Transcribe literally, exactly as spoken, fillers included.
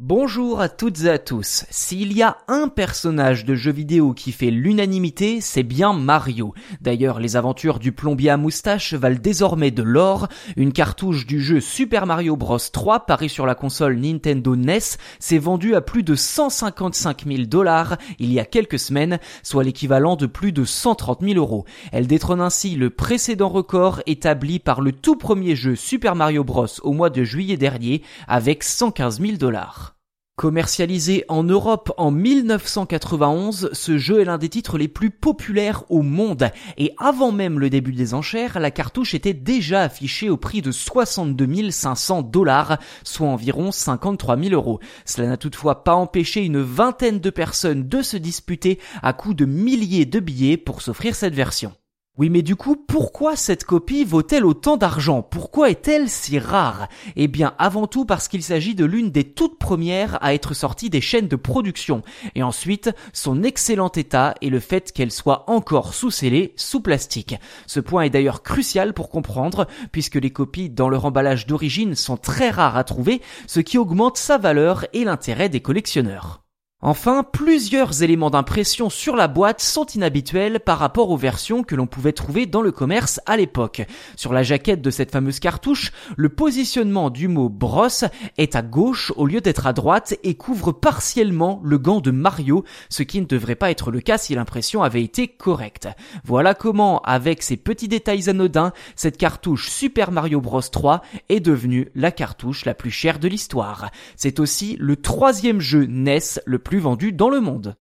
Bonjour à toutes et à tous. S'il y a un personnage de jeu vidéo qui fait l'unanimité, c'est bien Mario. D'ailleurs, les aventures du plombier à moustache valent désormais de l'or. Une cartouche du jeu Super Mario Bros trois paru sur la console Nintendo N E S s'est vendue à plus de cent cinquante-cinq mille dollars il y a quelques semaines, soit l'équivalent de plus de cent trente mille euros. Elle détrône ainsi le précédent record établi par le tout premier jeu Super Mario Bros au mois de juillet dernier avec cent quinze mille dollars. Commercialisé en Europe en mille neuf cent quatre-vingt-onze, ce jeu est l'un des titres les plus populaires au monde. Et avant même le début des enchères, la cartouche était déjà affichée au prix de soixante-deux mille cinq cents dollars, soit environ cinquante-trois mille euros. Cela n'a toutefois pas empêché une vingtaine de personnes de se disputer à coups de milliers de billets pour s'offrir cette version. Oui, mais du coup, pourquoi cette copie vaut-elle autant d'argent ? Pourquoi est-elle si rare ? Eh bien, avant tout parce qu'il s'agit de l'une des toutes premières à être sortie des chaînes de production. Et ensuite, son excellent état et le fait qu'elle soit encore sous scellée, sous plastique. Ce point est d'ailleurs crucial pour comprendre, puisque les copies dans leur emballage d'origine sont très rares à trouver, ce qui augmente sa valeur et l'intérêt des collectionneurs. Enfin, plusieurs éléments d'impression sur la boîte sont inhabituels par rapport aux versions que l'on pouvait trouver dans le commerce à l'époque. Sur la jaquette de cette fameuse cartouche, le positionnement du mot Bros est à gauche au lieu d'être à droite et couvre partiellement le gant de Mario, ce qui ne devrait pas être le cas si l'impression avait été correcte. Voilà comment, avec ces petits détails anodins, cette cartouche Super Mario Bros trois est devenue la cartouche la plus chère de l'histoire. C'est aussi le troisième jeu N E S le plus vendu dans le monde.